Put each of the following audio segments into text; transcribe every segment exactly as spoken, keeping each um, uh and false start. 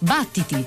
Battiti!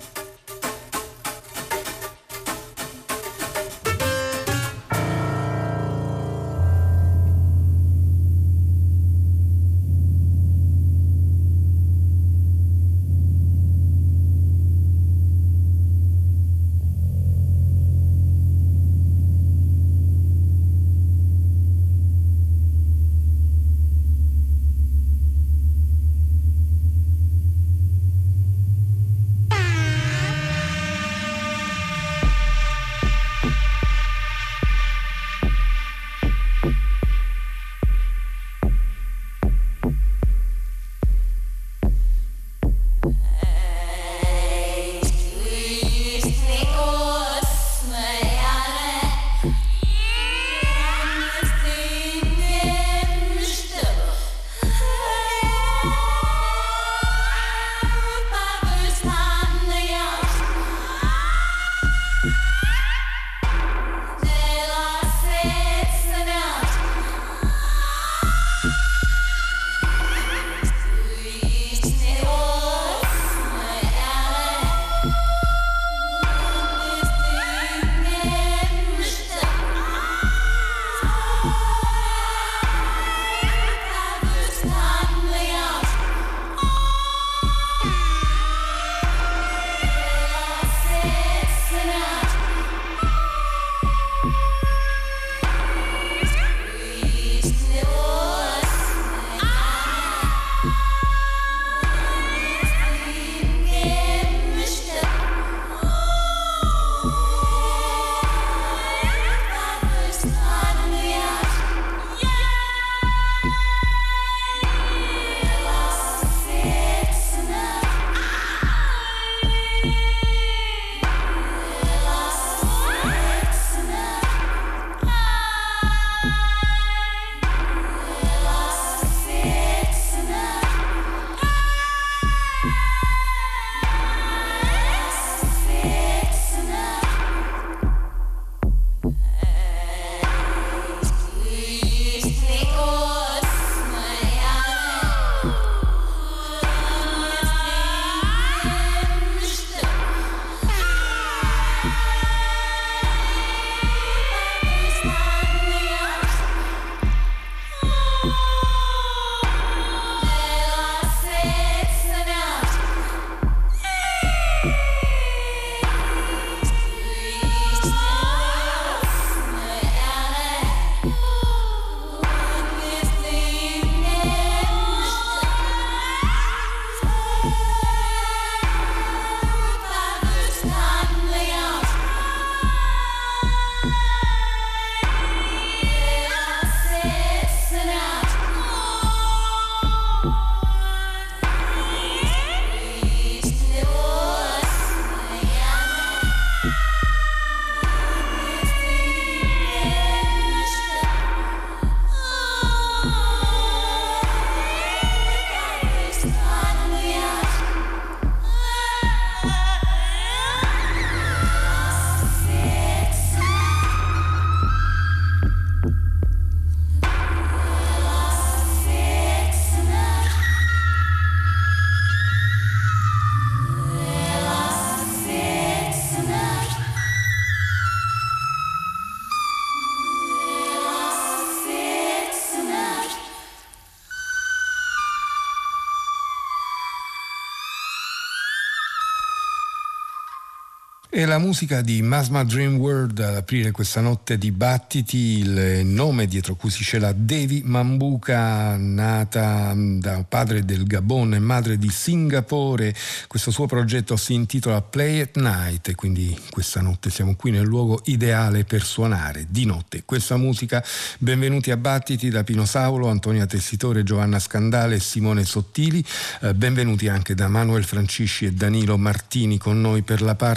E la musica di Masma Dream World ad aprire questa notte di battiti, il nome dietro cui si cela Devi Mambuka, nata da padre del Gabon e madre di Singapore. Questo suo progetto si intitola Play at Night e quindi questa notte siamo qui nel luogo ideale per suonare di notte questa musica. Benvenuti a Battiti da Pino Saulo, Antonia Tessitore, Giovanna Scandale e Simone Sottili. Eh, benvenuti anche da Manuel Francisci e Danilo Martini con noi per la parte tecnica.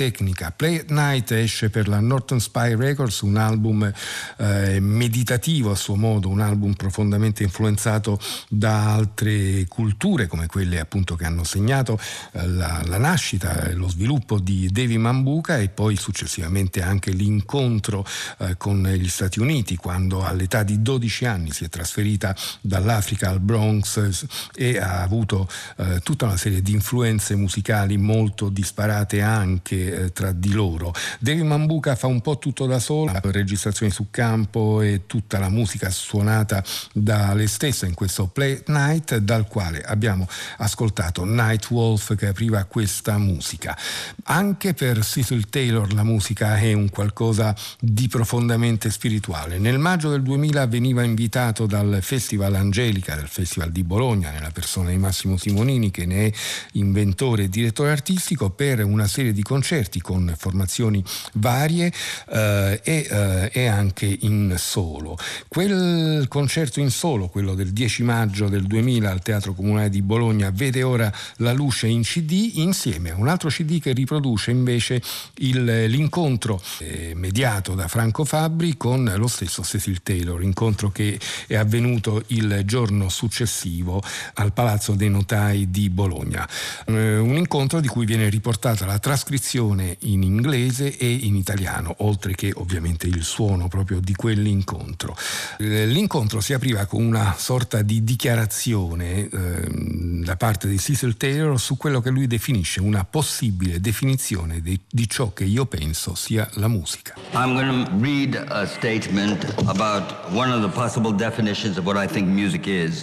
tecnica. Play at Night esce per la Norton Spy Records, un album eh, meditativo a suo modo, un album profondamente influenzato da altre culture come quelle appunto che hanno segnato eh, la, la nascita e lo sviluppo di Davy Mambuka, e poi successivamente anche l'incontro eh, con gli Stati Uniti, quando all'età di dodici anni si è trasferita dall'Africa al Bronx e ha avuto eh, tutta una serie di influenze musicali molto disparate anche eh, tra di loro. Davy Mambuka fa un po' tutto da solo, registrazioni su campo e tutta la musica suonata da lei stessa in questo Play at Night, dal quale abbiamo ascoltato Night Wolf che apriva questa musica. Anche per Cecil Taylor la musica è un qualcosa di profondamente spirituale. Nel maggio del duemila veniva invitato dal Festival Angelica, del Festival di Bologna, nella persona di Massimo Simonini, che ne è inventore e direttore artistico, per una serie di concerti con formazioni varie eh, e, eh, e anche in solo. Quel concerto in solo, quello del dieci maggio del duemila al Teatro Comunale di Bologna, vede ora la luce in C D insieme a un altro C D che riproduce invece il, l'incontro eh, mediato da Franco Fabbri con lo stesso Cecil Taylor, incontro che è avvenuto il giorno successivo al Palazzo dei Notai di Bologna. Eh, un incontro di cui viene riportata la trascrizione in inglese e in italiano, oltre che ovviamente il suono proprio di quell'incontro. Eh, l'incontro si apriva con una sorta di dichiarazione eh, da parte di Cecil Taylor su quello che lui definisce una possibile definizione di, di ciò che io penso sia la musica. I'm going to read a statement about one of the possible definitions of what I think music is.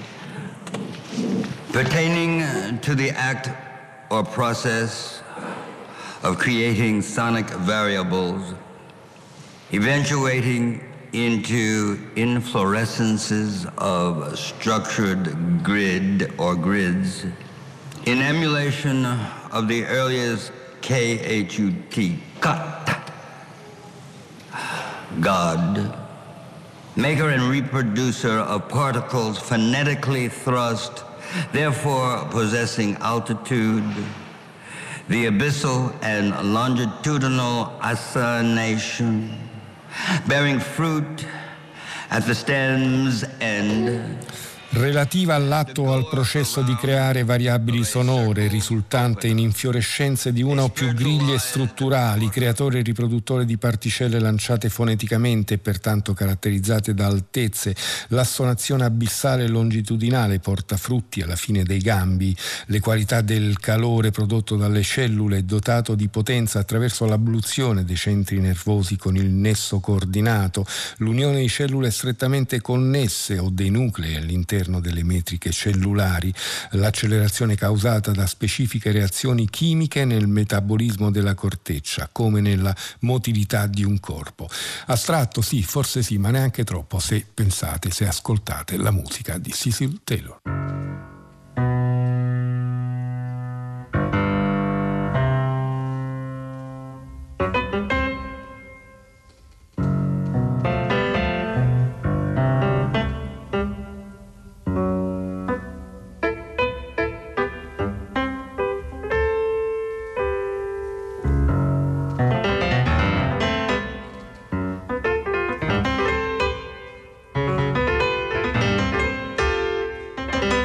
Pertaining to the act or process of creating sonic variables, eventuating into inflorescences of structured grid or grids, in emulation of the earliest K H U T, cut, God, maker and reproducer of particles phonetically thrust, therefore possessing altitude, the abyssal and longitudinal assonation, bearing fruit at the stem's end. Relativa all'atto o al processo di creare variabili sonore, risultante in infiorescenze di una o più griglie strutturali, creatore e riproduttore di particelle lanciate foneticamente e pertanto caratterizzate da altezze, l'assonazione abissale e longitudinale porta frutti alla fine dei gambi, le qualità del calore prodotto dalle cellule dotato di potenza attraverso l'abluzione dei centri nervosi con il nesso coordinato, l'unione di cellule strettamente connesse o dei nuclei all'interno delle metriche cellulari, l'accelerazione causata da specifiche reazioni chimiche nel metabolismo della corteccia, come nella motilità di un corpo. Astratto sì, forse sì, ma neanche troppo se pensate, se ascoltate la musica di Cecil Taylor. Thank you.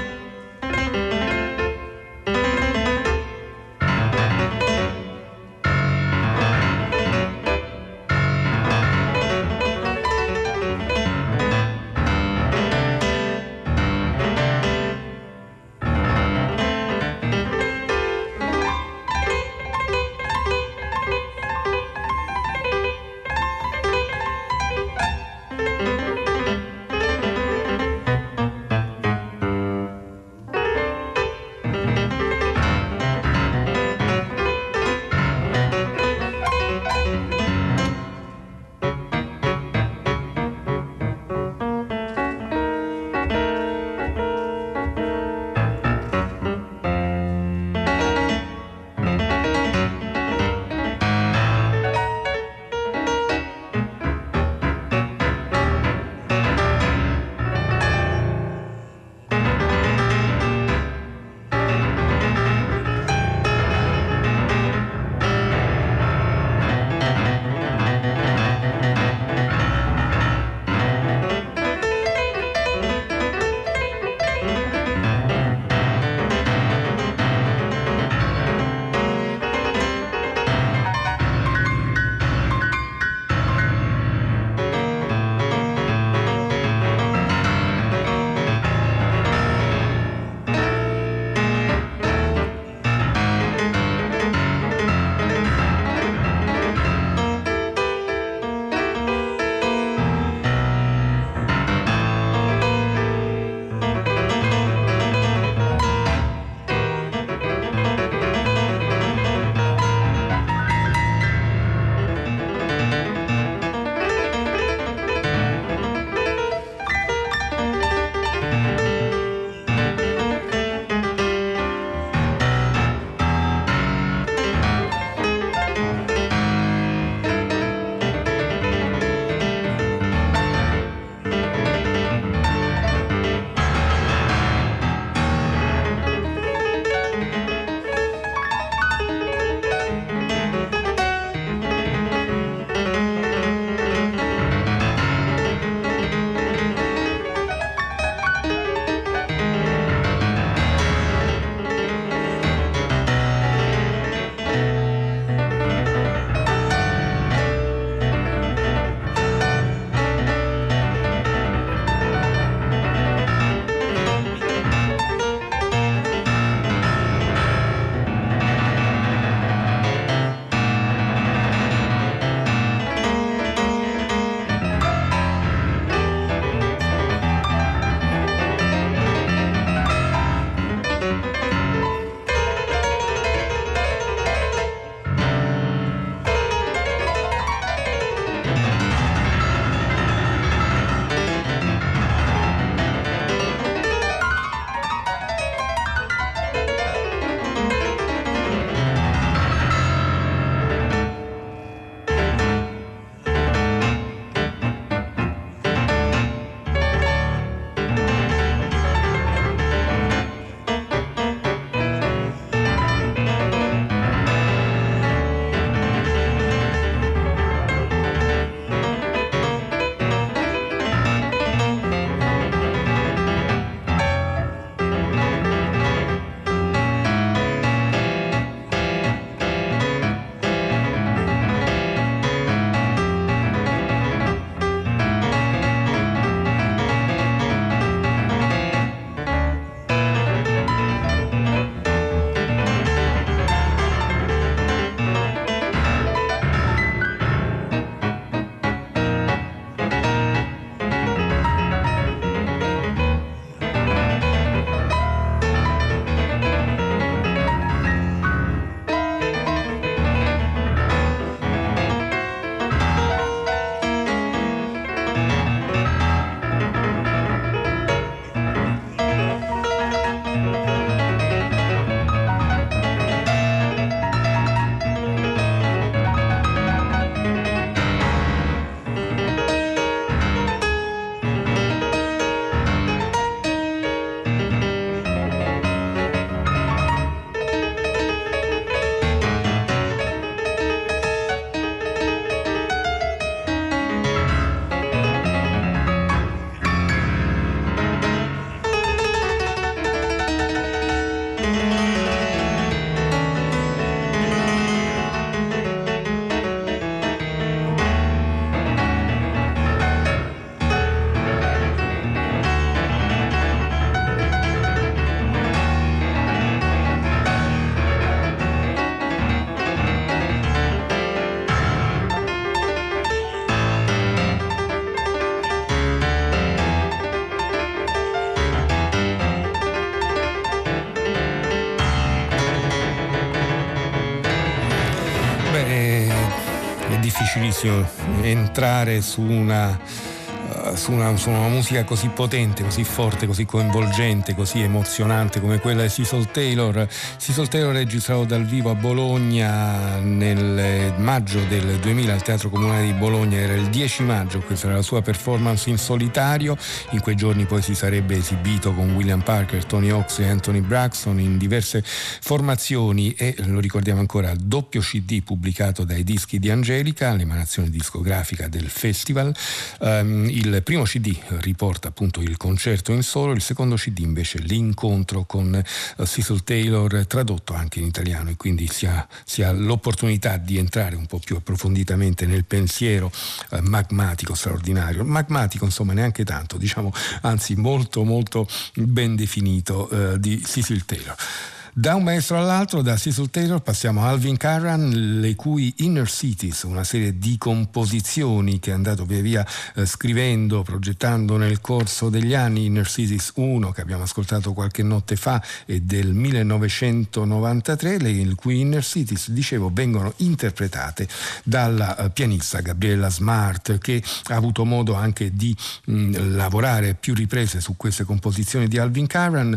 bellissimo entrare su una Su una, su una musica così potente, così forte, così coinvolgente, così emozionante come quella di Cecil Taylor. Cecil Taylor registrato dal vivo a Bologna nel maggio del duemila al Teatro Comunale di Bologna, era il dieci maggio, questa era la sua performance in solitario. In quei giorni poi si sarebbe esibito con William Parker, Tony Hawks e Anthony Braxton in diverse formazioni e, lo ricordiamo ancora, doppio C D pubblicato dai Dischi di Angelica, l'emanazione discografica del festival. Um, Il primo C D riporta appunto il concerto in solo, il secondo C D invece l'incontro con uh, Cecil Taylor, tradotto anche in italiano, e quindi si ha, si ha l'opportunità di entrare un po' più approfonditamente nel pensiero uh, magmatico, straordinario, magmatico insomma neanche tanto, diciamo, anzi molto molto ben definito uh, di Cecil Taylor. Da un maestro all'altro, da Cecil Taylor passiamo a Alvin Carran, le cui Inner Cities, una serie di composizioni che è andato via via eh, scrivendo, progettando nel corso degli anni. Inner Cities uno, che abbiamo ascoltato qualche notte fa, è del millenovecentonovantatré, le il cui Inner Cities, dicevo, vengono interpretate dalla eh, pianista Gabriella Smart, che ha avuto modo anche di mh, lavorare più riprese su queste composizioni di Alvin Carran,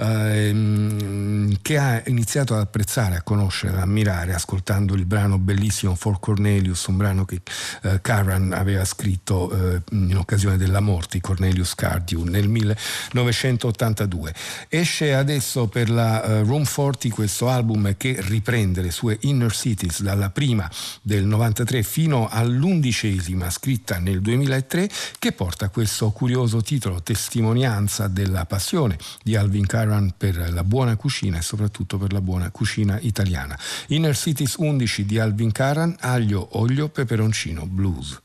eh, che ha iniziato ad apprezzare, a conoscere, ad ammirare ascoltando il brano bellissimo For Cornelius, un brano che eh, Carran aveva scritto eh, in occasione della morte di Cornelius Cardew nel millenovecentottantadue. Esce adesso per la uh, Room quaranta questo album che riprende le sue Inner Cities dalla prima del novantatré fino all'undicesima, scritta nel duemilatré, che porta questo curioso titolo, testimonianza della passione di Alvin Carran per la buona cucina e soprattutto per la buona cucina italiana. Inner Cities undici di Alvin Carran, aglio, olio, peperoncino, blues.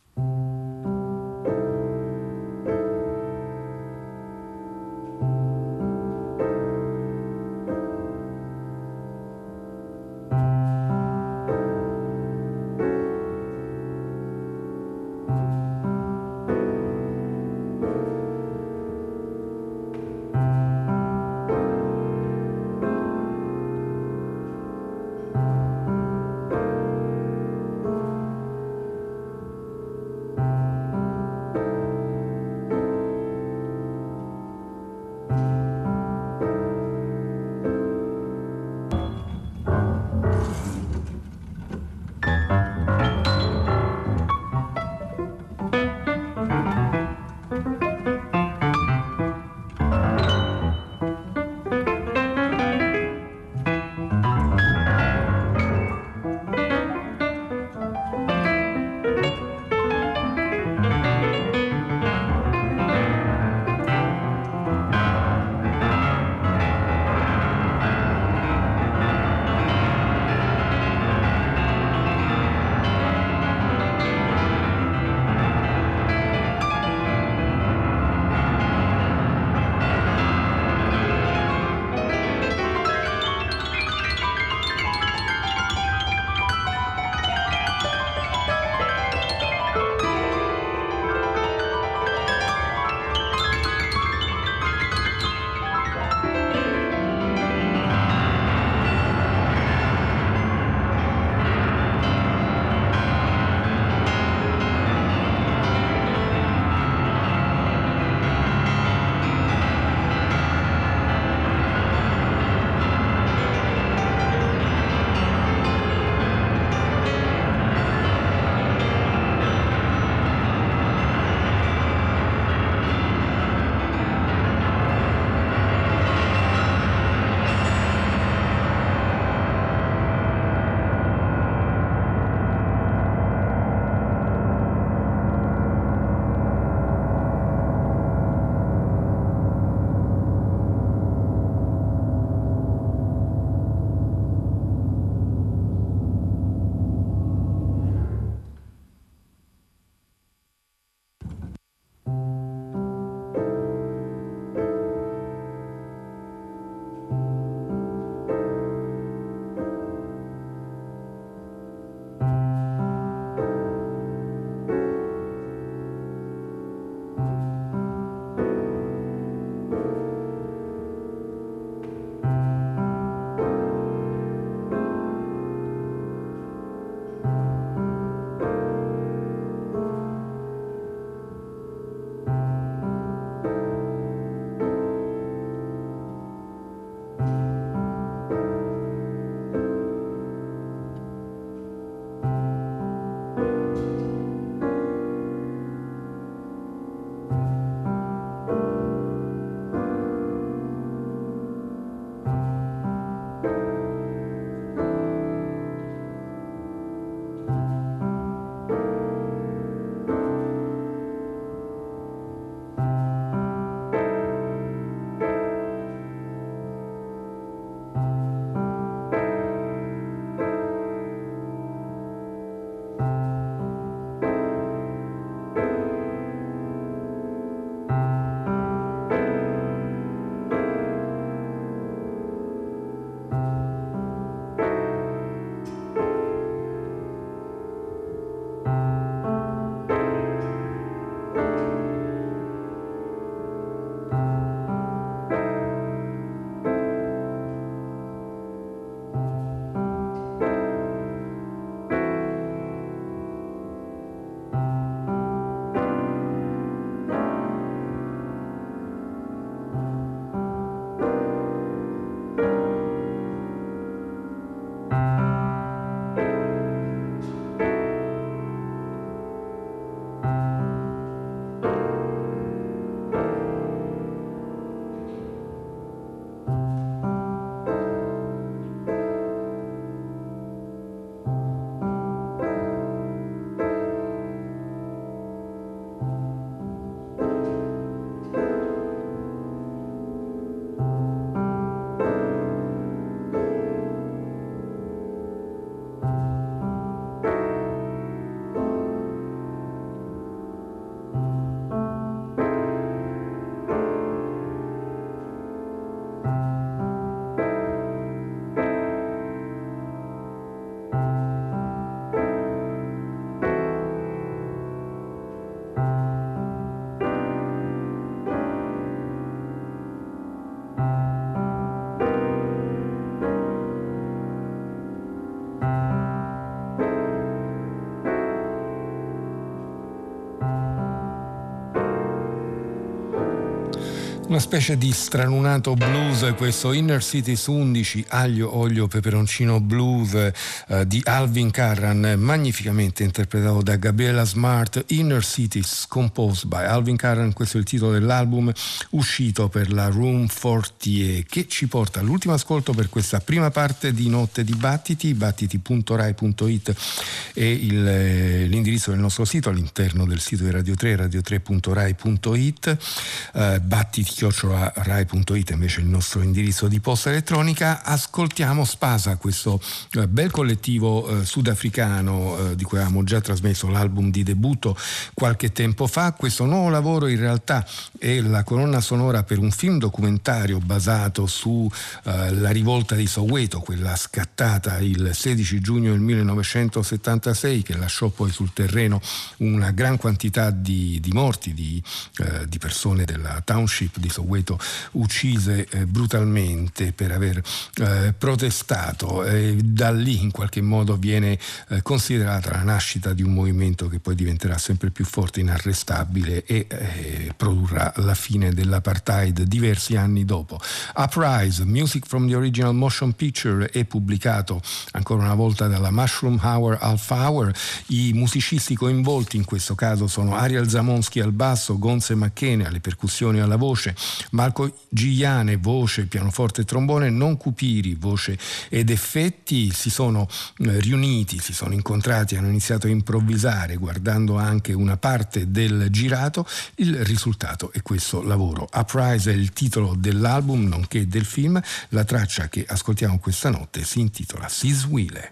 Una specie di stralunato blues, questo Inner Cities undici, aglio, olio, peperoncino blues eh, di Alvin Carran, magnificamente interpretato da Gabriela Smart. Inner Cities, composed by Alvin Carran, questo è il titolo dell'album uscito per la Room quarantotto, che ci porta all'ultimo ascolto per questa prima parte di Notte di Battiti. Battiti punto rai punto it è il, l'indirizzo del nostro sito, all'interno del sito di Radio tre, radio tre punto rai punto it. eh, Battiti chiocciola rai punto it invece il nostro indirizzo di posta elettronica. Ascoltiamo Spasa, questo eh, bel collettivo eh, sudafricano eh, di cui avevamo già trasmesso l'album di debutto qualche tempo fa. Questo nuovo lavoro in realtà è la colonna sonora per un film documentario basato su eh, la rivolta di Soweto, quella scattata il sedici giugno del millenovecentosettantasei, che lasciò poi sul terreno una gran quantità di, di morti, di, eh, di persone della township di Soweto uccise eh, brutalmente per aver eh, protestato. E da lì in qualche modo viene eh, considerata la nascita di un movimento che poi diventerà sempre più forte, inarrestabile e eh, produrrà la fine dell'apartheid diversi anni dopo. Uprise, Music from the Original Motion Picture, è pubblicato ancora una volta dalla Mushroom Hour Alpha Hour. I musicisti coinvolti in questo caso sono Ariel Zamonski al basso, Gonze Macchene alle percussioni e alla voce, Marco Gigliane voce, pianoforte e trombone, Non Cupiri voce ed effetti. Si sono eh, riuniti, si sono incontrati, hanno iniziato a improvvisare guardando anche una parte del girato. Il risultato è questo lavoro. Uprise è il titolo dell'album nonché del film. La traccia che ascoltiamo questa notte si intitola Siswile.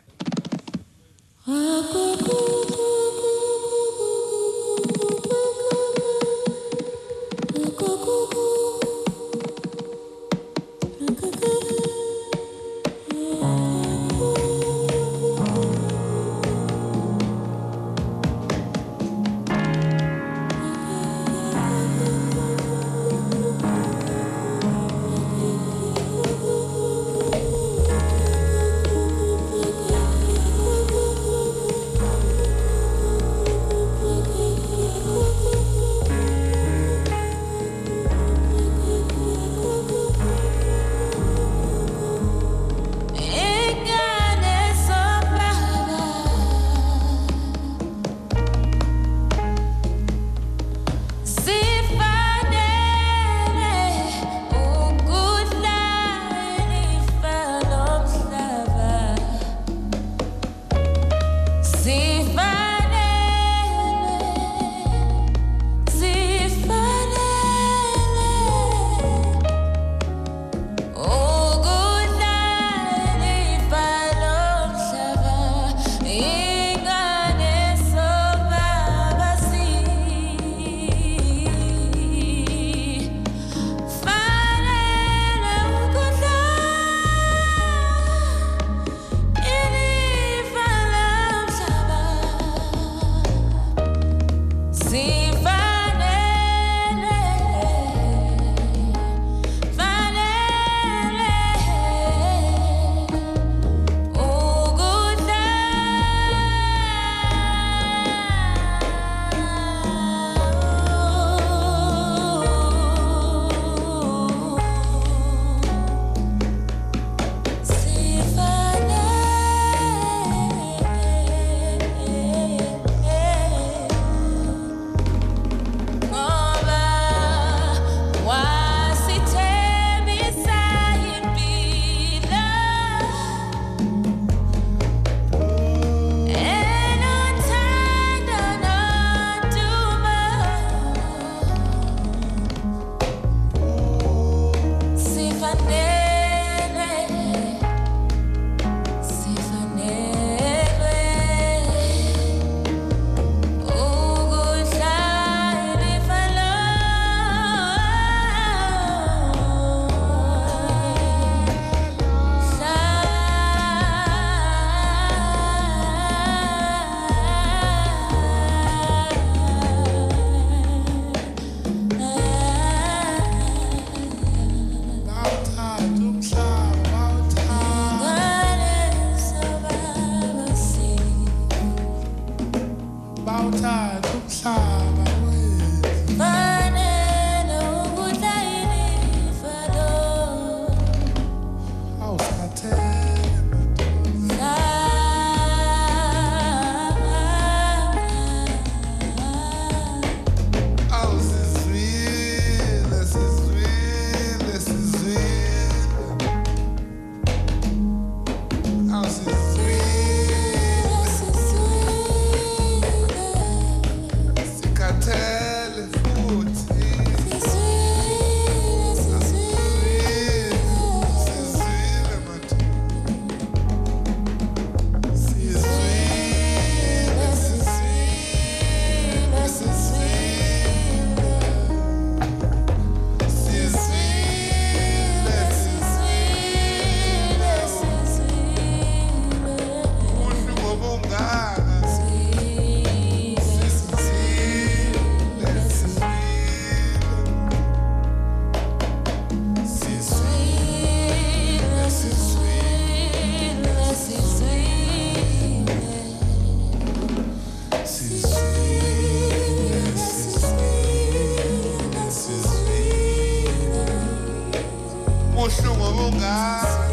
ubuhlungu bungaka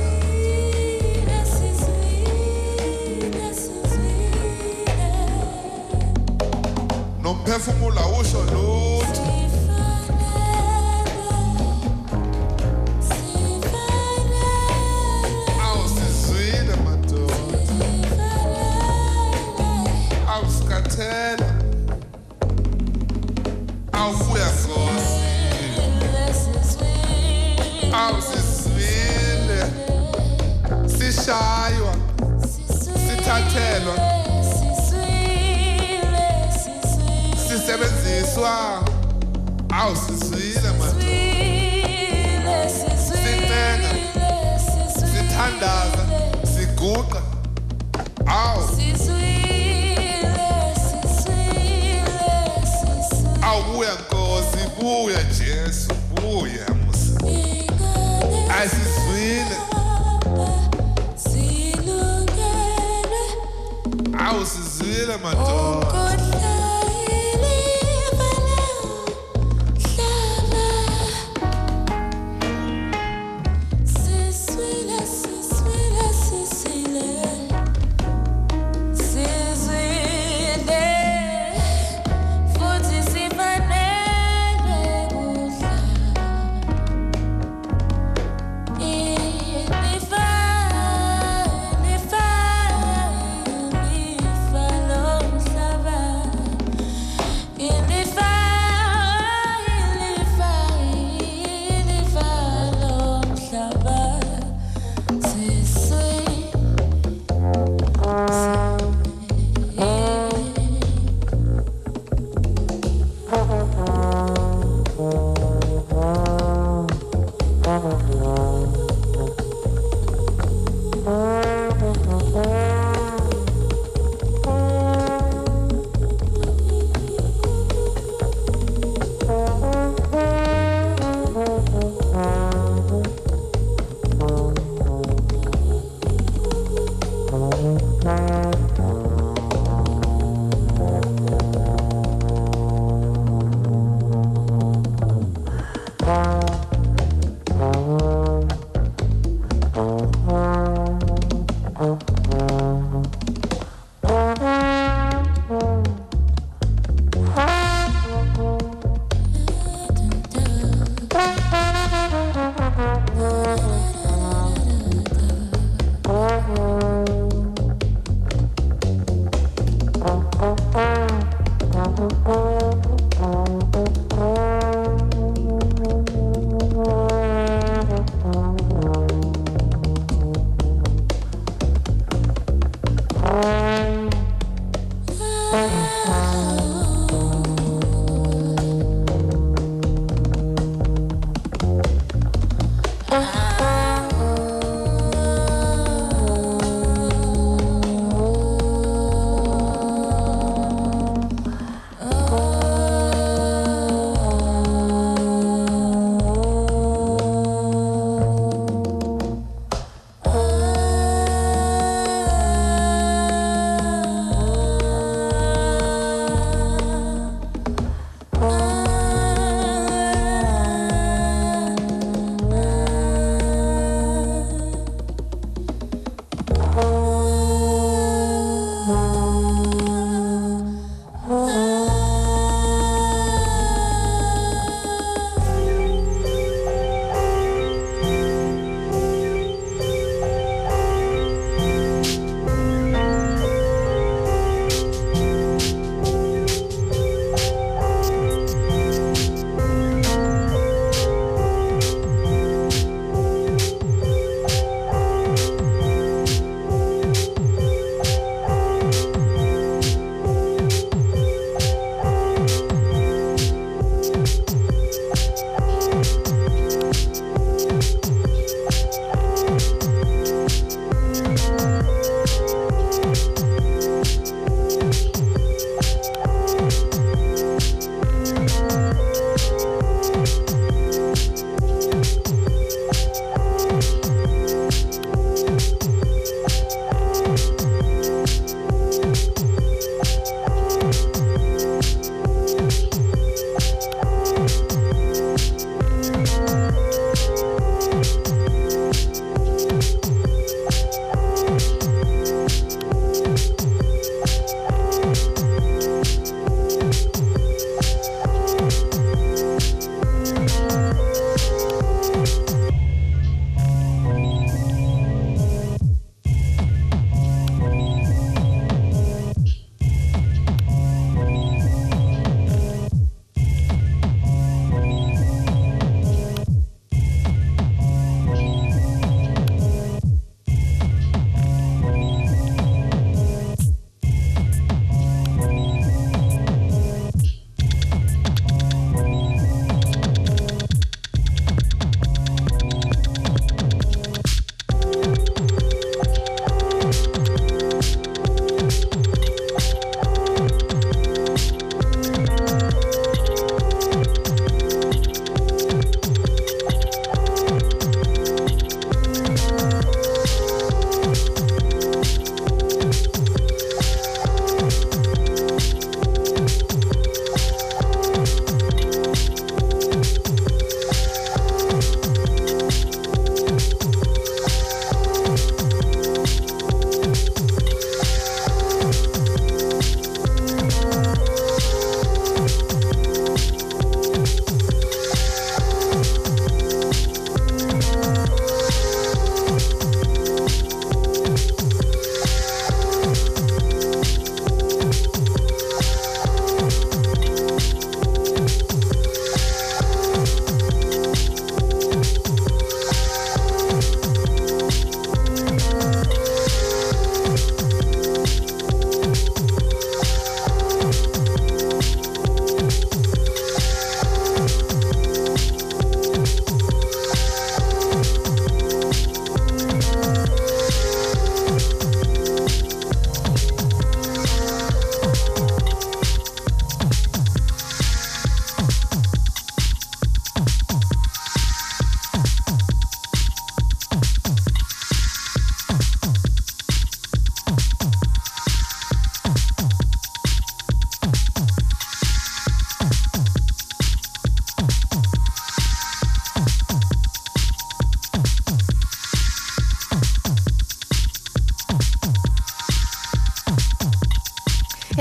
nomphefumulo awusho lutho awusizwile madoda awusikathela awubuya Nkosi awusizwile sishaywa sithathelwa sisebenziswa awusizwile madoda sincenga sithandaza siguqa awu awubuya Nkosi buya Jesu buya Musa asizwile awusizwile madoda Futhi sifanele kudla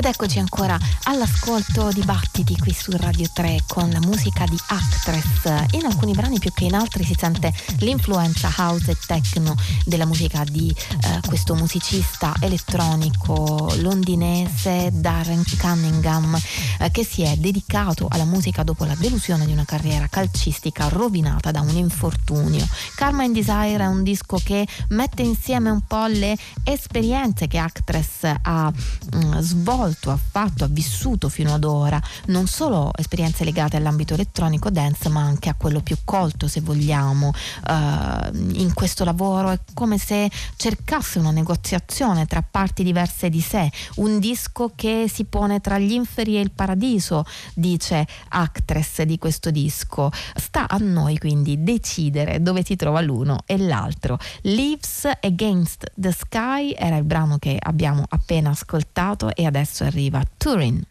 Ed eccoci ancora all'ascolto di Battiti qui su Radio tre con la musica di Actress. In alcuni brani più che in altri si sente l'influenza house e techno della musica di eh, questo musicista elettronico londinese Darren Cunningham, eh, che si è dedicato alla musica dopo la delusione di una carriera calcistica rovinata da un infortunio. Karma and Desire è un disco che mette insieme un po' le esperienze che Actress ha mh, svolto, ha fatto, ha vissuto fino ad ora, non solo esperienze legate all'ambito elettronico dance, ma anche a quello più colto, se vogliamo. Uh, in questo lavoro è come se cercasse una negoziazione tra parti diverse di sé, un disco che si pone tra gli inferi e il paradiso, dice Actress di questo disco. Sta a noi quindi decidere dove si trova l'uno e l'altro. Leaves Against the Sky era il brano che abbiamo appena ascoltato e adesso arriva Turin.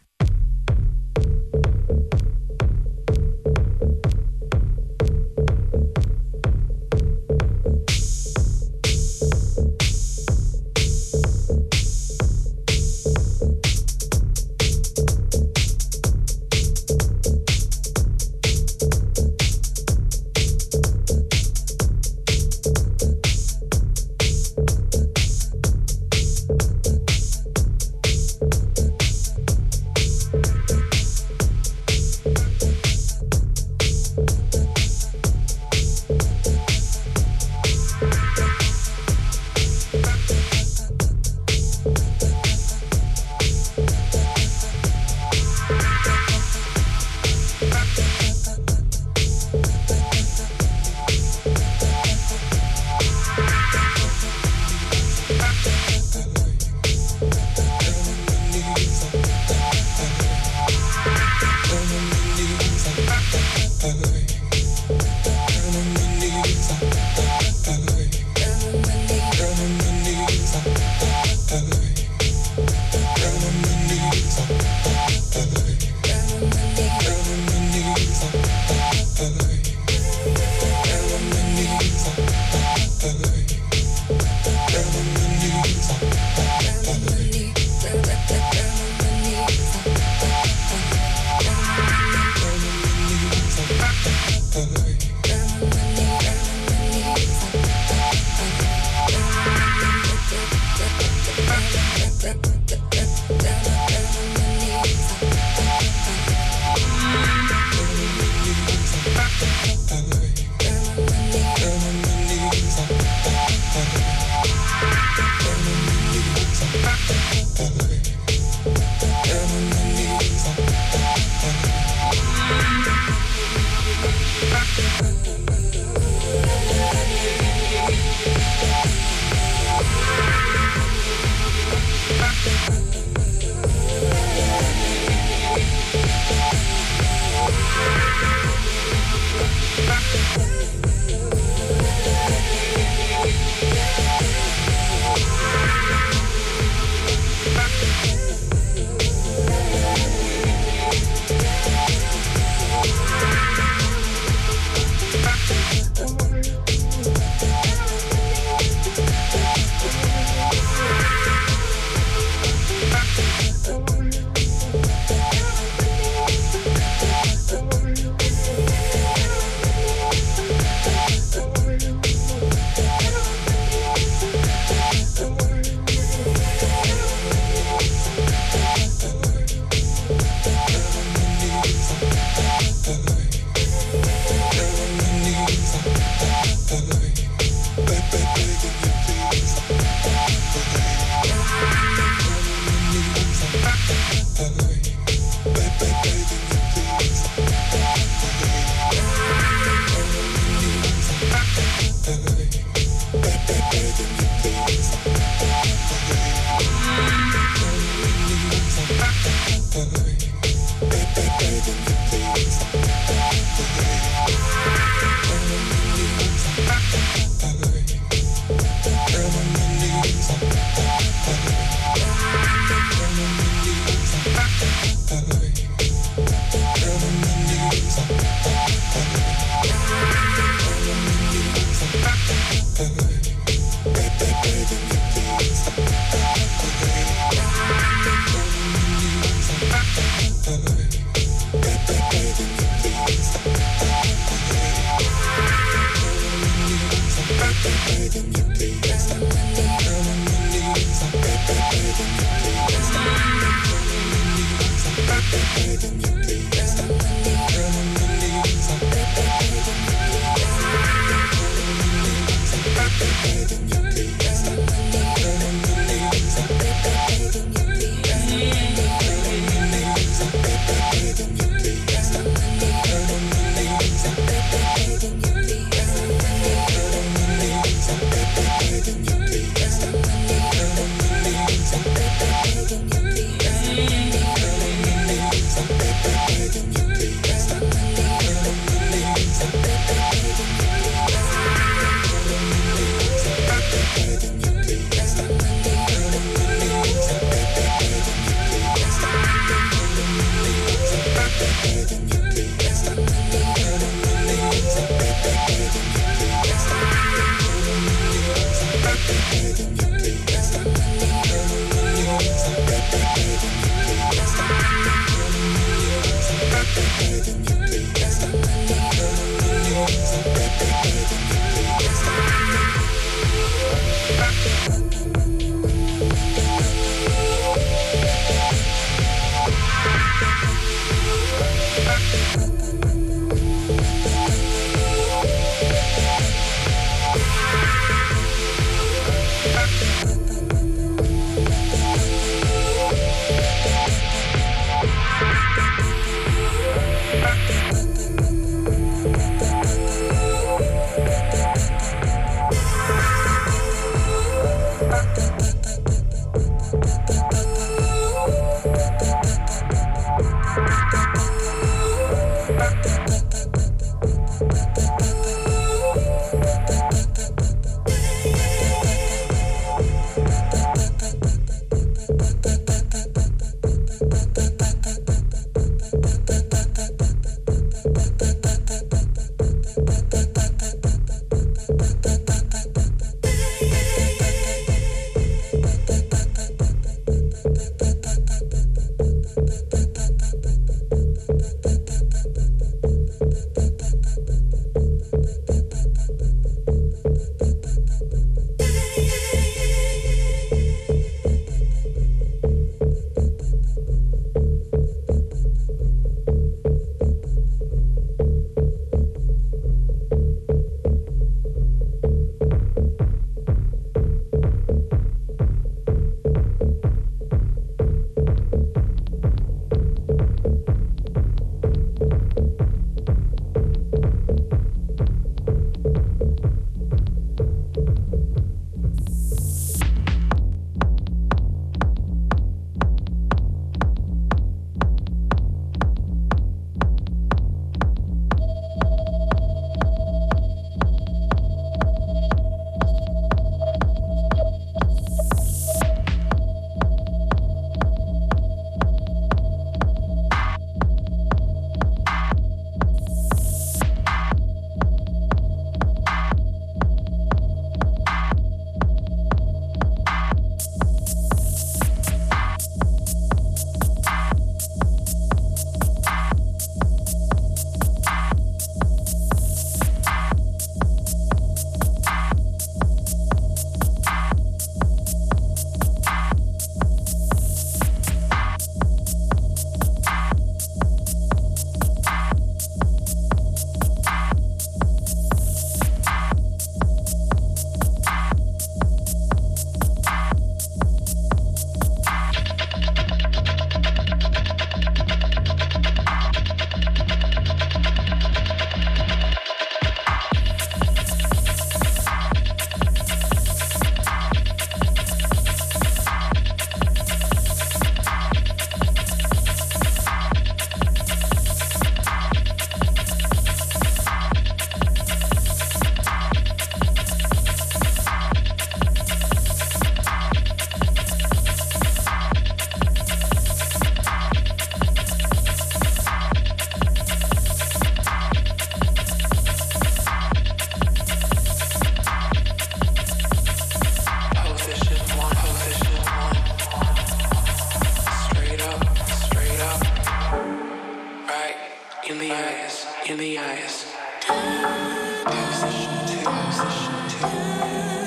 in the eyes. Position two, position two.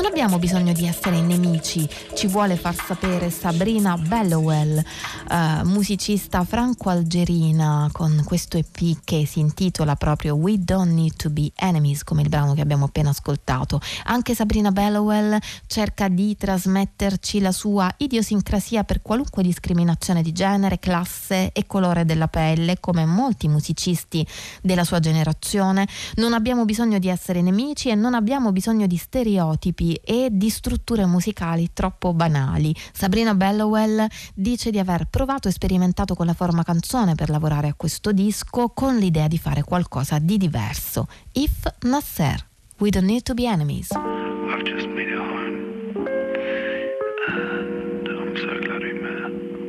Non abbiamo bisogno di essere nemici, ci vuole far sapere Sabrina Bellowell, eh, musicista franco-algerina, con questo E P che si intitola proprio We Don't Need to Be Enemies, come il brano che abbiamo appena ascoltato. Anche Sabrina Bellowell cerca di trasmetterci la sua idiosincrasia per qualunque discriminazione di genere, classe e colore della pelle, come molti musicisti della sua generazione. Non abbiamo bisogno di essere nemici e non abbiamo bisogno di stereotipi e di strutture musicali troppo banali. Sabrina Bellowell dice di aver provato e sperimentato con la forma canzone per lavorare a questo disco, con l'idea di fare qualcosa di diverso. If Nasser, We Don't Need to Be Enemies. I've just made it home, and I'm so glad we met.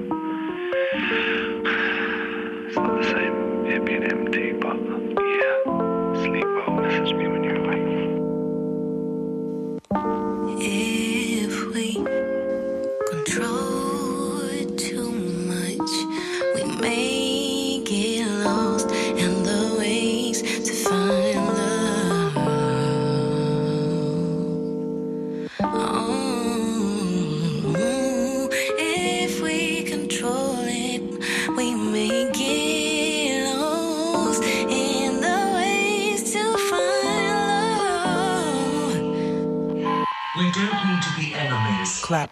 It's not the same, it being empty, but yeah, sleep well, message me when you're awake. If we control it too much, we may get lost in the ways to find love. Oh, if we control it, we may get lost in the ways to find love. We don't need to be enemies. Clap.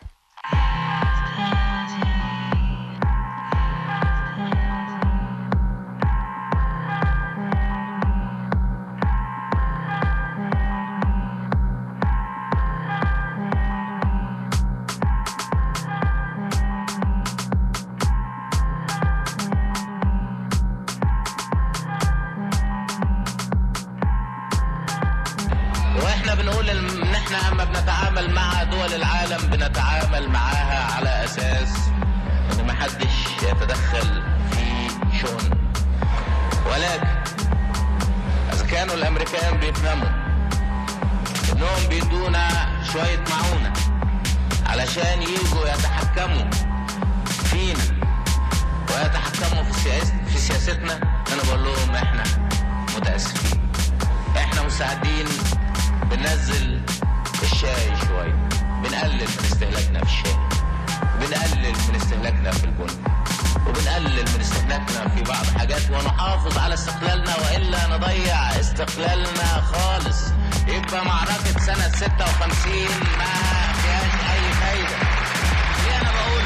واحنا بنقول ان احنا اما بنتعامل مع دول العالم بنتعامل معاها على اساس ان محدش يتدخل في شؤون، ولكن اذا كانوا الامريكان بيفهموا انهم بيدونا شوية معونة علشان يجوا يتحكموا فينا ويتحكموا في سياست في سياستنا، انا بقول لهم احنا متاسفين، احنا مساعدين. بننزل الشاي شوي، بنقلل من استهلاكنا في الشاي، بنقلل من استهلاكنا في البن، وبنقلل من استهلاكنا في بعض حاجات، ونحافظ على استقلالنا وإلا نضيع استقلالنا خالص. يبقى معركة سنة ستة وخمسين ما فيهاش أي فايدة. ليه أنا بقول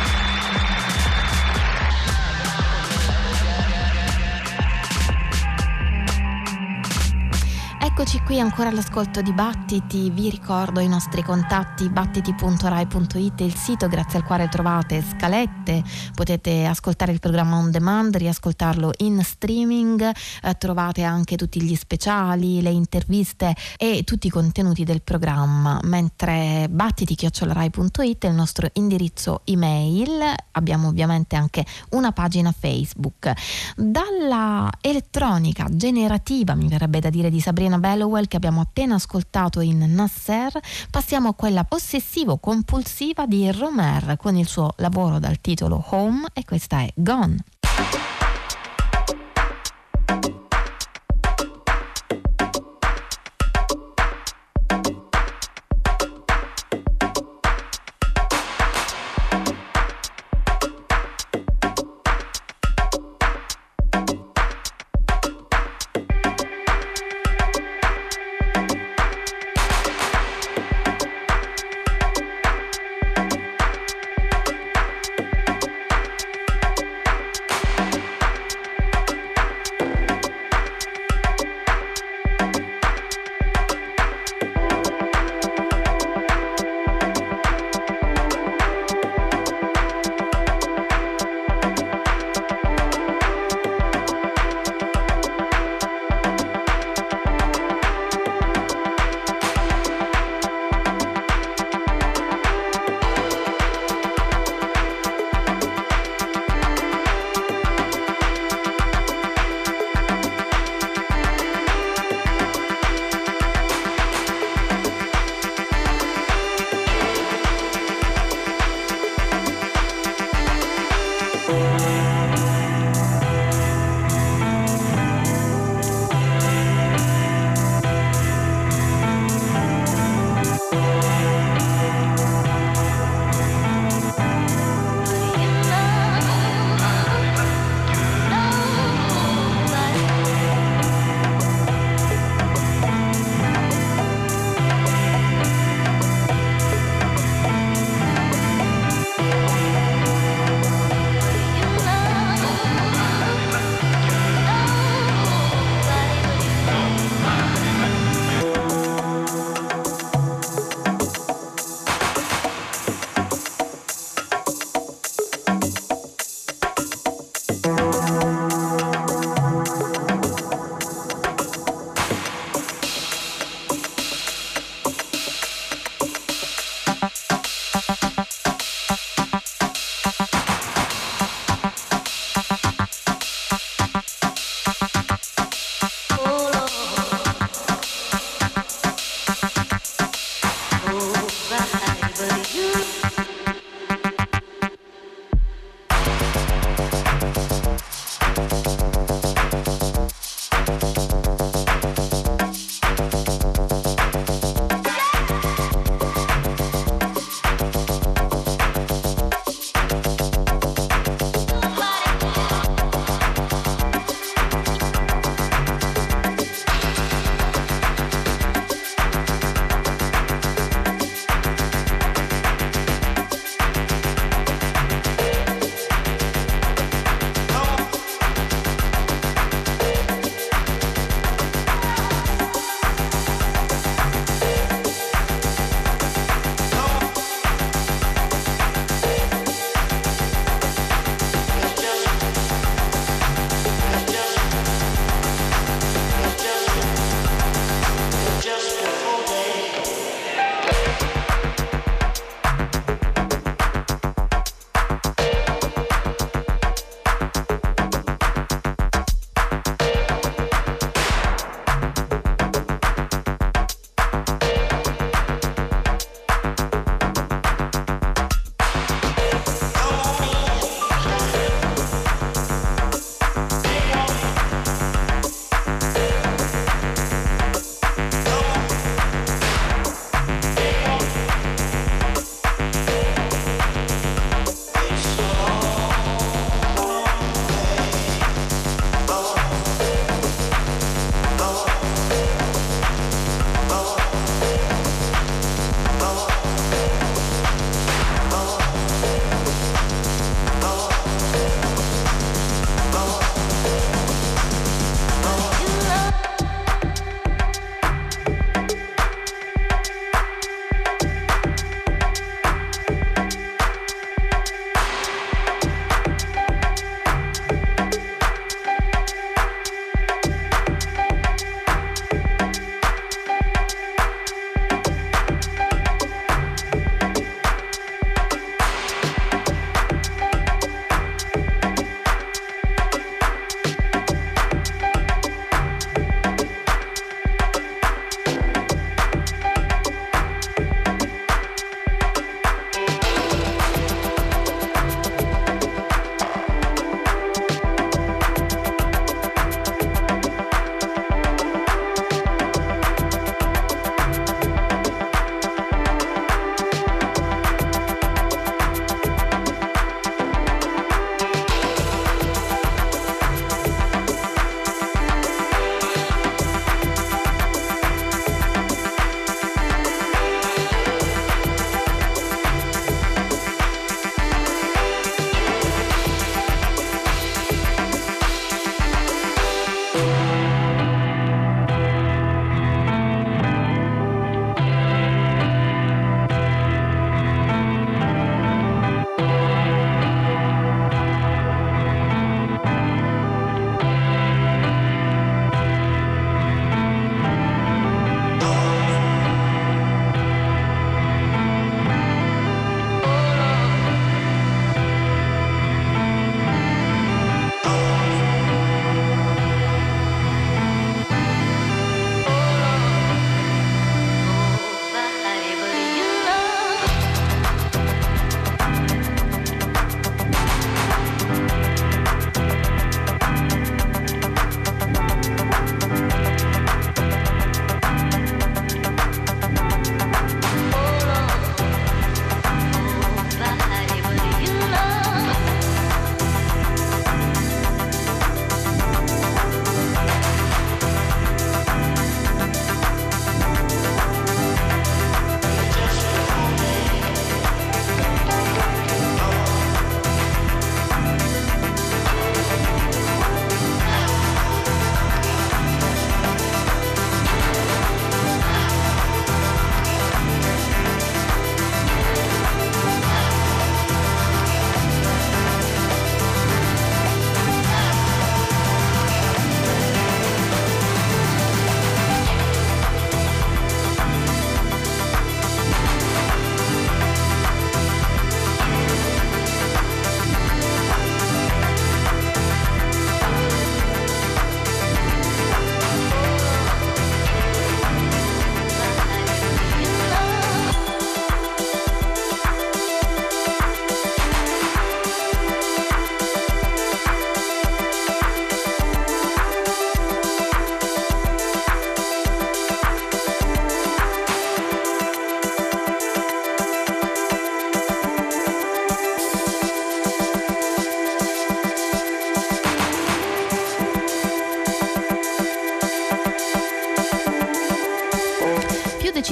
Eccoci qui ancora all'ascolto di Battiti. Vi ricordo i nostri contatti: battiti punto rai punto it, il sito grazie al quale trovate scalette, potete ascoltare il programma on demand, riascoltarlo in streaming, eh, trovate anche tutti gli speciali, le interviste e tutti i contenuti del programma, mentre battiti chiocciola rai punto it è il nostro indirizzo email. Abbiamo ovviamente anche una pagina Facebook. Dalla elettronica generativa, mi verrebbe da dire, di Sabrina Bellowell, che abbiamo appena ascoltato in Nasser, passiamo a quella ossessivo-compulsiva di Romer con il suo lavoro dal titolo Home, e questa è Gone.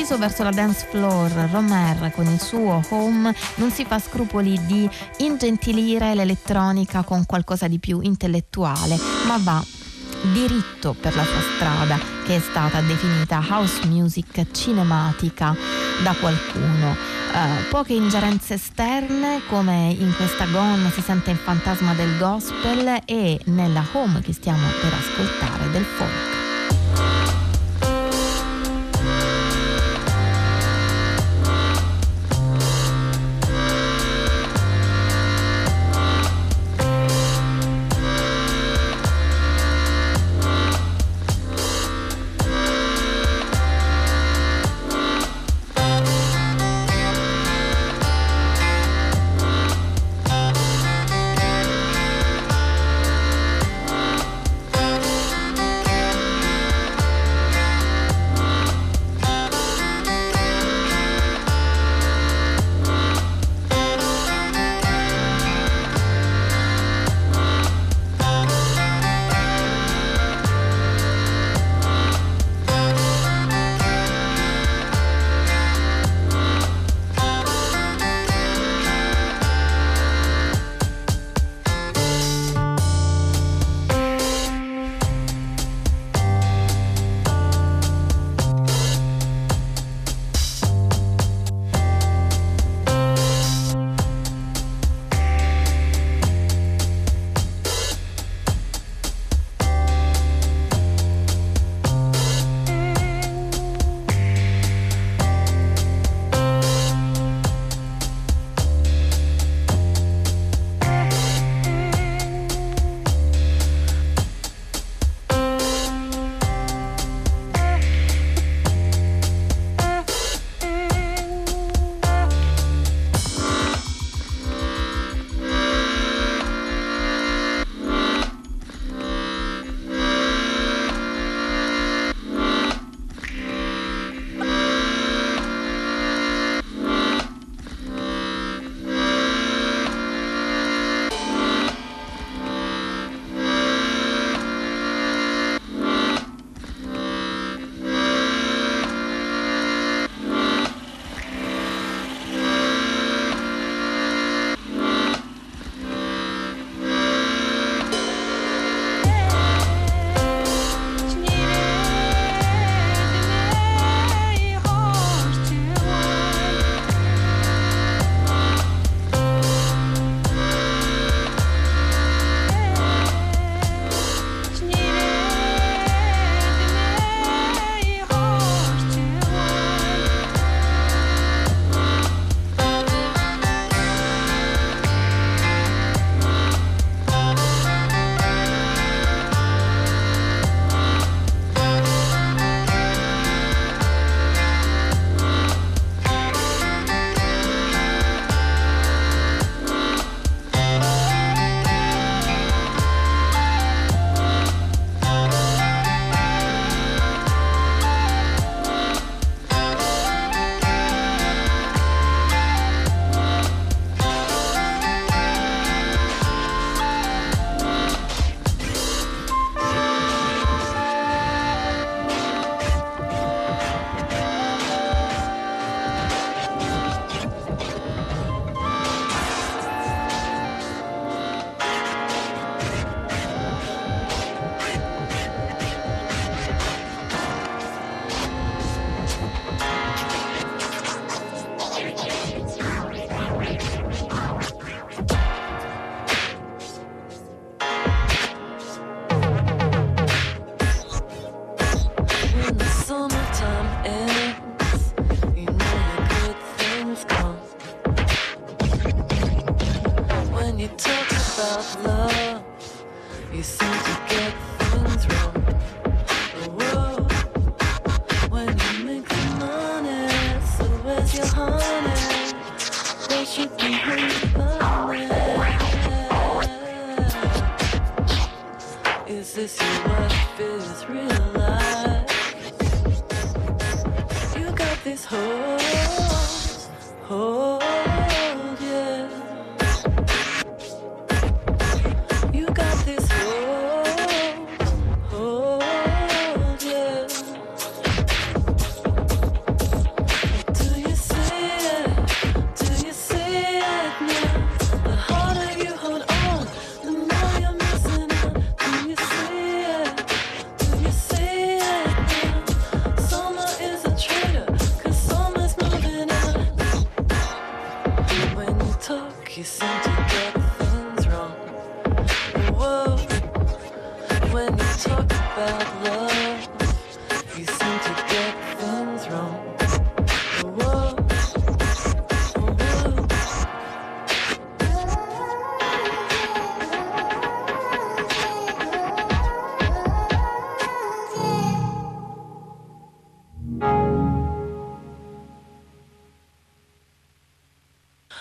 Deciso verso la dance floor, Romer con il suo Home non si fa scrupoli di ingentilire l'elettronica con qualcosa di più intellettuale, ma va diritto per la sua strada, che è stata definita house music cinematica da qualcuno. Uh, poche ingerenze esterne, come in questa Gone si sente il fantasma del gospel, e nella Home che stiamo per ascoltare del folk.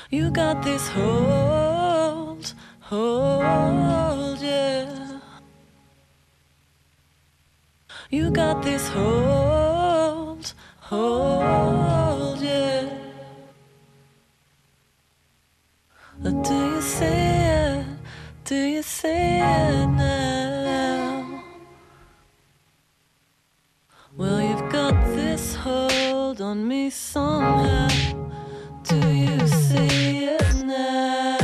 You got this hold, hold, yeah. You got this hold, hold, yeah. Do you see it? Do you see it now? Well, you've got this hold on me somehow. Do you see it now?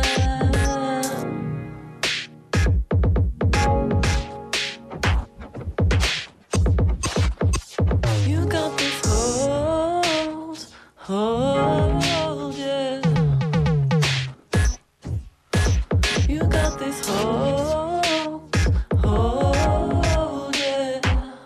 You got this hold, hold, yeah. You got this hold, hold, yeah.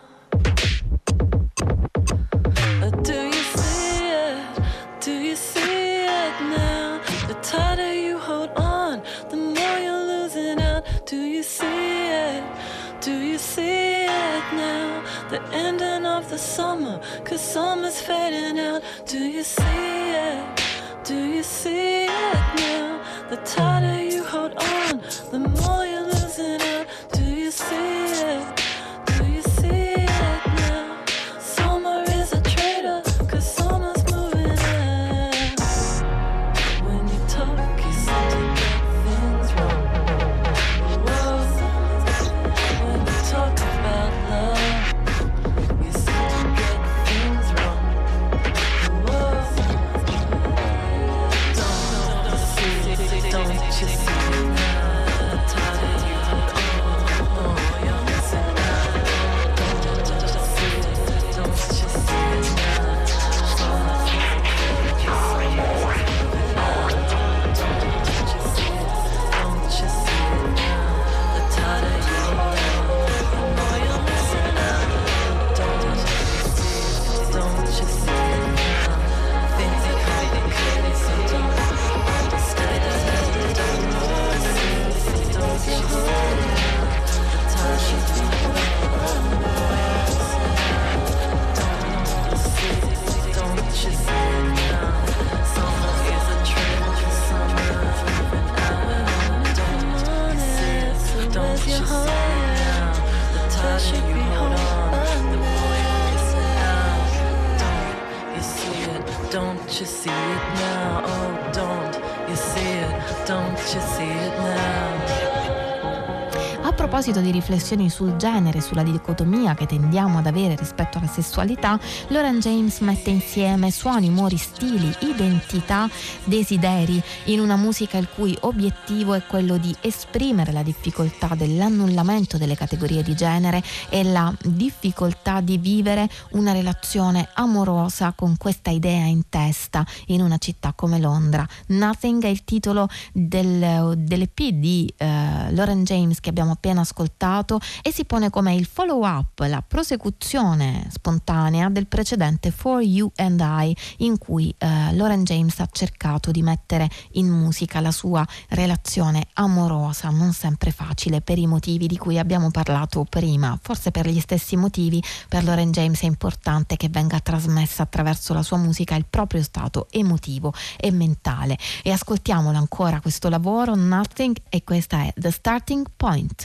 Do you see it? Do you see it now? The tighter you hold on, the more you're losing out. Do you see it? Do you see it now? The ending of the summer, 'cause summer's fading out. Do you see it? Do you see it now? The tighter you hold on, the more you're losing out. Do you see it? Do you see it now? Summer is a traitor, 'cause summer's moving out. When you talk, you seem to get things wrong. Whoa. When you talk about love, you seem to get things wrong. Whoa. Don't you see, don't you see now? The tighter you hold on, the more you're missing out. Don't you see, don't you see it now? Summer is a traitor, don't you see it? Don't you see it now? The tighter you hold on, the more you're missing out. Don't you see it? Don't you see it now? Things are complicated, so don't understand it. Don't see it, don't you see it now? The tighter you hold on, the more you're missing out. Don't see it, don't you see it now? Summer is a traitor, summer is moving out. Don't you see it? Don't you see it now? The tighter you hold on, the more you're missing out. Don't you see it? Don't you see it now? Oh, don't you see it? Don't you see it now? A proposito di riflessioni sul genere, sulla dicotomia che tendiamo ad avere rispetto alla sessualità, Lauren James mette insieme suoni, umori, stili, identità, desideri in una musica il cui obiettivo è quello di esprimere la difficoltà dell'annullamento delle categorie di genere e la difficoltà di vivere una relazione amorosa con questa idea in testa in una città come Londra. Nothing è il titolo del, dell'E P di uh, Lauren James che abbiamo appena ascoltato e si pone come il follow up, la prosecuzione spontanea del precedente For You and I, in cui eh, Lauren James ha cercato di mettere in musica la sua relazione amorosa, non sempre facile per i motivi di cui abbiamo parlato prima. Forse per gli stessi motivi per Lauren James è importante che venga trasmessa attraverso la sua musica il proprio stato emotivo e mentale. E ascoltiamolo ancora questo lavoro, Nothing, e questa è The Starting Point.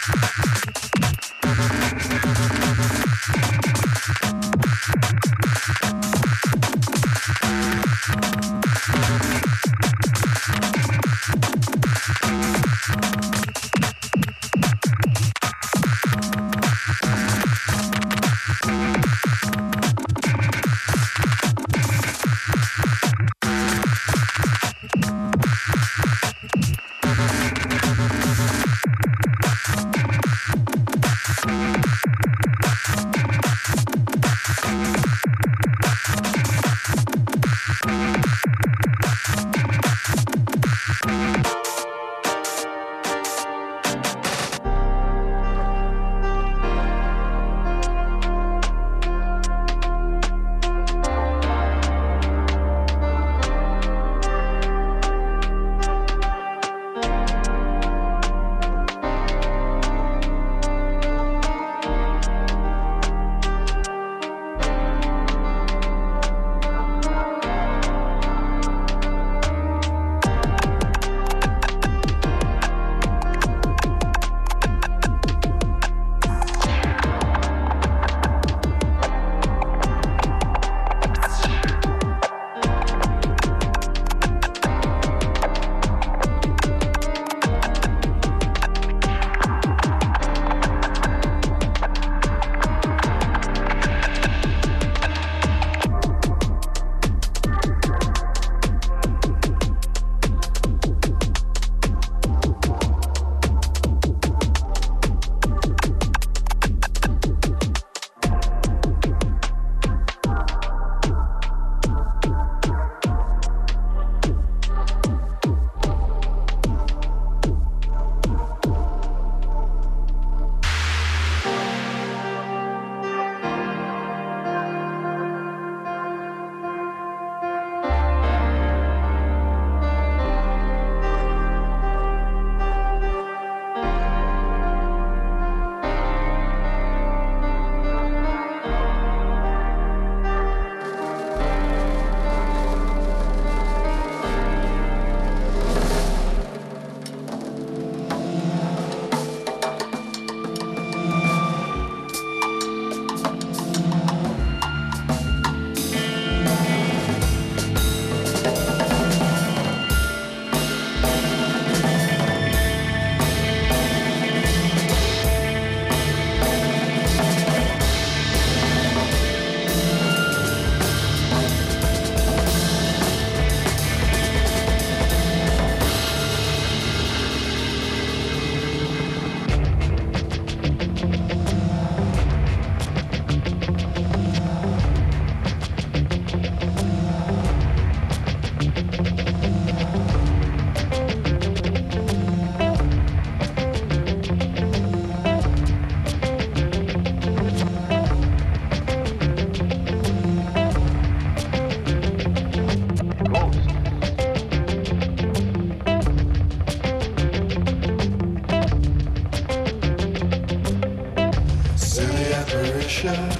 apparition,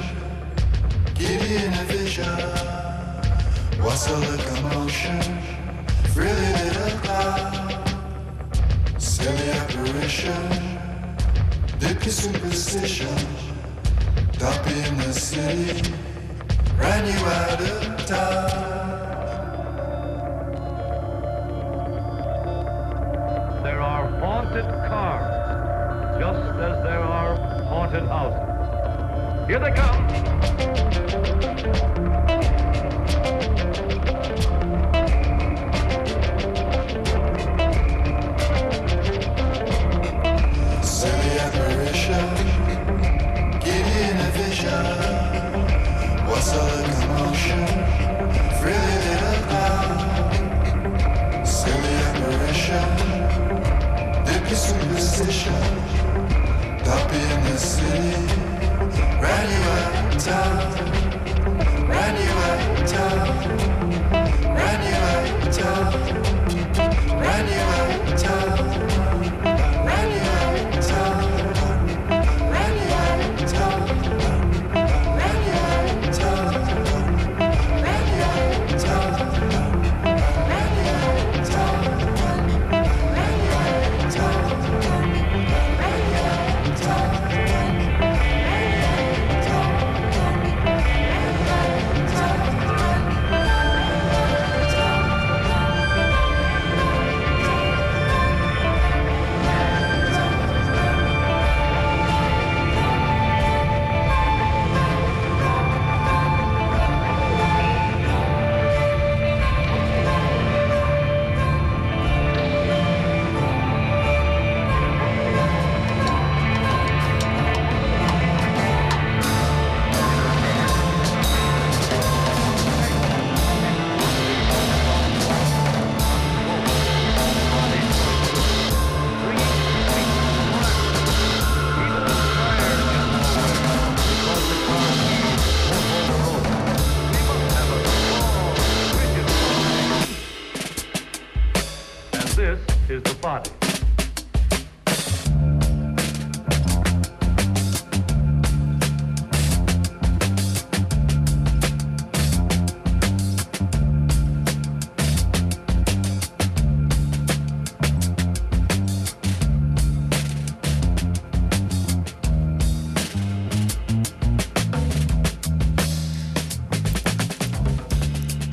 Gideon a vision. What's all the commotion? Really little cloud, silly apparition, dippy superstition, dumpy in the city, ran you out of town. There are haunted cars, just as there are haunted houses. Here they come! Silly apparition, Gideon a vision. What's all the commotion? Really little cloud. Silly apparition, dippy superstition, dumpy in the city. Ran you out of town, ran you out of town, ran you out of town, ran you out of town.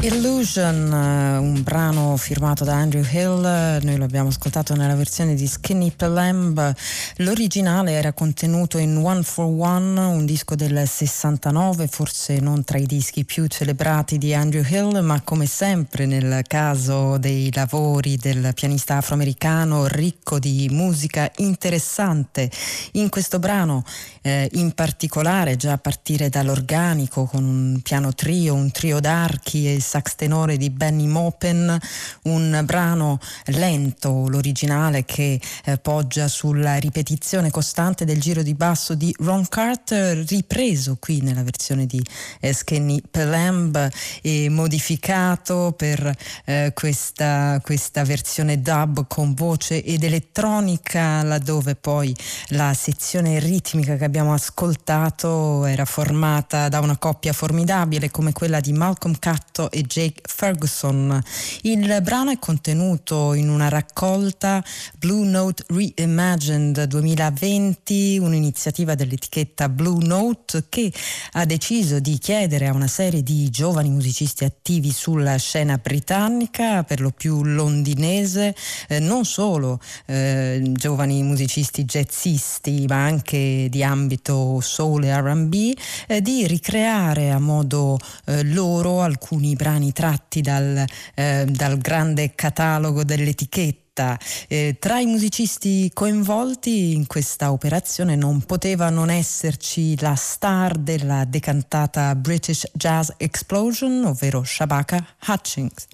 Illusion, un brano firmato da Andrew Hill, noi lo abbiamo ascoltato nella versione di Skinny Pelamb. L'originale era contenuto in One for One, un disco del sessantanove, forse non tra i dischi più celebrati di Andrew Hill, ma come sempre nel caso dei lavori del pianista afroamericano, ricco di musica interessante. In questo brano eh, in particolare, già a partire dall'organico con un piano trio, un trio d'archi e sax tenore di Benny Maupin, un brano lento, l'originale, che eh, poggia sulla ripetizione costante del giro di basso di Ron Carter, ripreso qui nella versione di eh, Skinny Pelamb e modificato per eh, questa, questa versione dub con voce ed elettronica, laddove poi la sezione ritmica che abbiamo ascoltato era formata da una coppia formidabile come quella di Malcolm Catto e Jake Ferguson. Il brano è contenuto in una raccolta Blue Note Reimagined duemilaventi, un'iniziativa dell'etichetta Blue Note che ha deciso di chiedere a una serie di giovani musicisti attivi sulla scena britannica, per lo più londinese, eh, non solo eh, giovani musicisti jazzisti ma anche di ambito soul e R and B, eh, di ricreare a modo eh, loro alcuni brani tratti dal, eh, dal grande catalogo dell'etichetta. Eh, tra i musicisti coinvolti in questa operazione non poteva non esserci la star della decantata British Jazz Explosion, ovvero Shabaka Hutchings.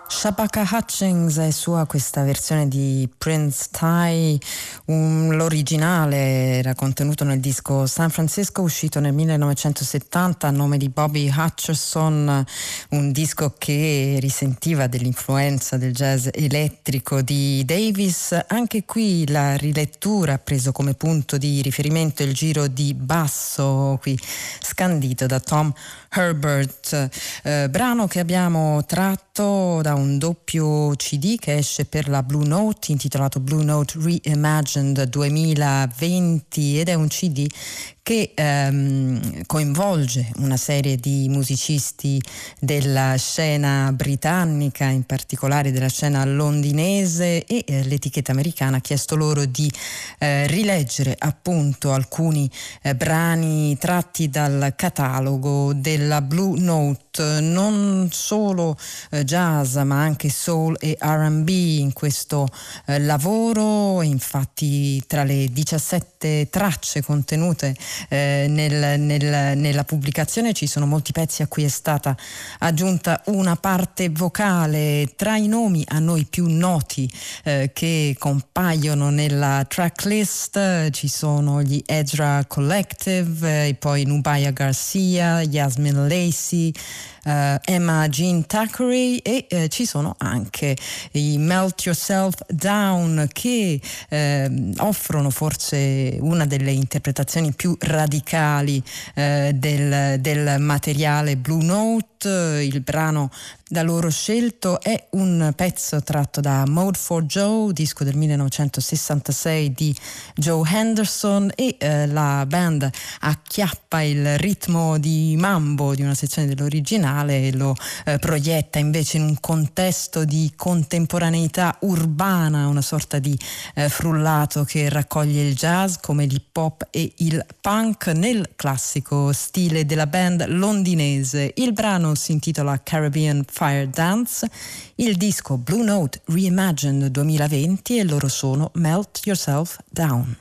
Shabaka Hutchings e sua questa versione di Prince Ty, un, l'originale era contenuto nel disco San Francisco uscito nel millenovecentosettanta a nome di Bobby Hutcherson, un disco che risentiva dell'influenza del jazz elettrico di Davis. Anche qui la rilettura ha preso come punto di riferimento il giro di basso qui scandito da Tom Herbert, eh, brano che abbiamo tratto da un doppio C D che esce per la Blue Note intitolato Blue Note Reimagined duemilaventi, ed è un C D che ehm, coinvolge una serie di musicisti della scena britannica, in particolare della scena londinese, e eh, l'etichetta americana ha chiesto loro di eh, rileggere appunto alcuni eh, brani tratti dal catalogo della Blue Note, non solo eh, jazz ma anche soul e R and B in questo eh, lavoro. Infatti tra le diciassette tracce contenute Eh, nel, nel, nella pubblicazione ci sono molti pezzi a cui è stata aggiunta una parte vocale. Tra i nomi a noi più noti eh, che compaiono nella tracklist eh, ci sono gli Ezra Collective, eh, e poi Nubia Garcia, Yasmin Lacey, Uh, Emma Jean Thackeray, e uh, ci sono anche i Melt Yourself Down che uh, offrono forse una delle interpretazioni più radicali uh, del, del materiale Blue Note. Il brano da loro scelto è un pezzo tratto da Mode for Joe, disco del millenovecentosessantasei di Joe Henderson, e eh, la band acchiappa il ritmo di mambo di una sezione dell'originale e lo eh, proietta invece in un contesto di contemporaneità urbana, una sorta di eh, frullato che raccoglie il jazz come l'hip hop e il punk nel classico stile della band londinese. Il brano si intitola Caribbean Fire Dance, il disco Blue Note Reimagined duemilaventi, e loro sono Melt Yourself Down.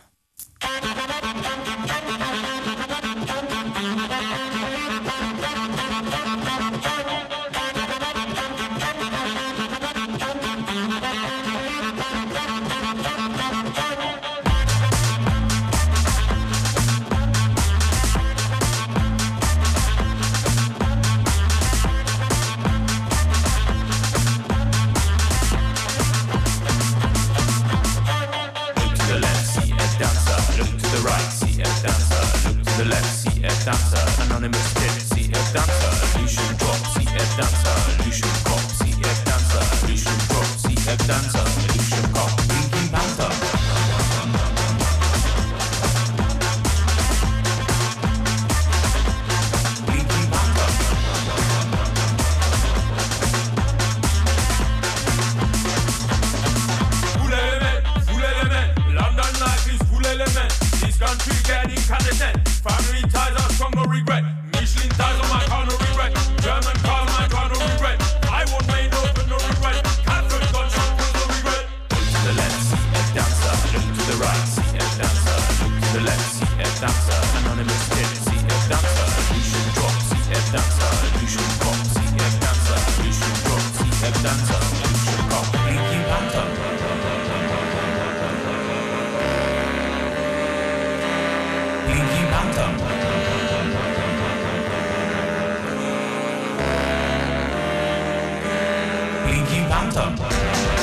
Dancer, anonymous tip, C F dancer, Lucian drop, C F dancer, Lucian cop, C F dancer, Lucian drop, C F dancer, Lucian cop, Pinky Panther. Pinky Panther. Full element, full element, London life is full element, this country getting incandescent. Family ties are strong, no regret. Michelin ties on my car, no regret. German car, my car, no regret. I won't main open, no regret. Catholic gunshot, no regret. Look to the left, C F dancer. Look to the right, C F dancer. Look to the left, C F dancer. Anonymous tip, C F dancer. Lucian drop, C F dancer. Lucian cop, C F dancer. Lucian drop, C F dancer. Lucian cop, Pinky Panther. Pinky Panther. Pinky Panther.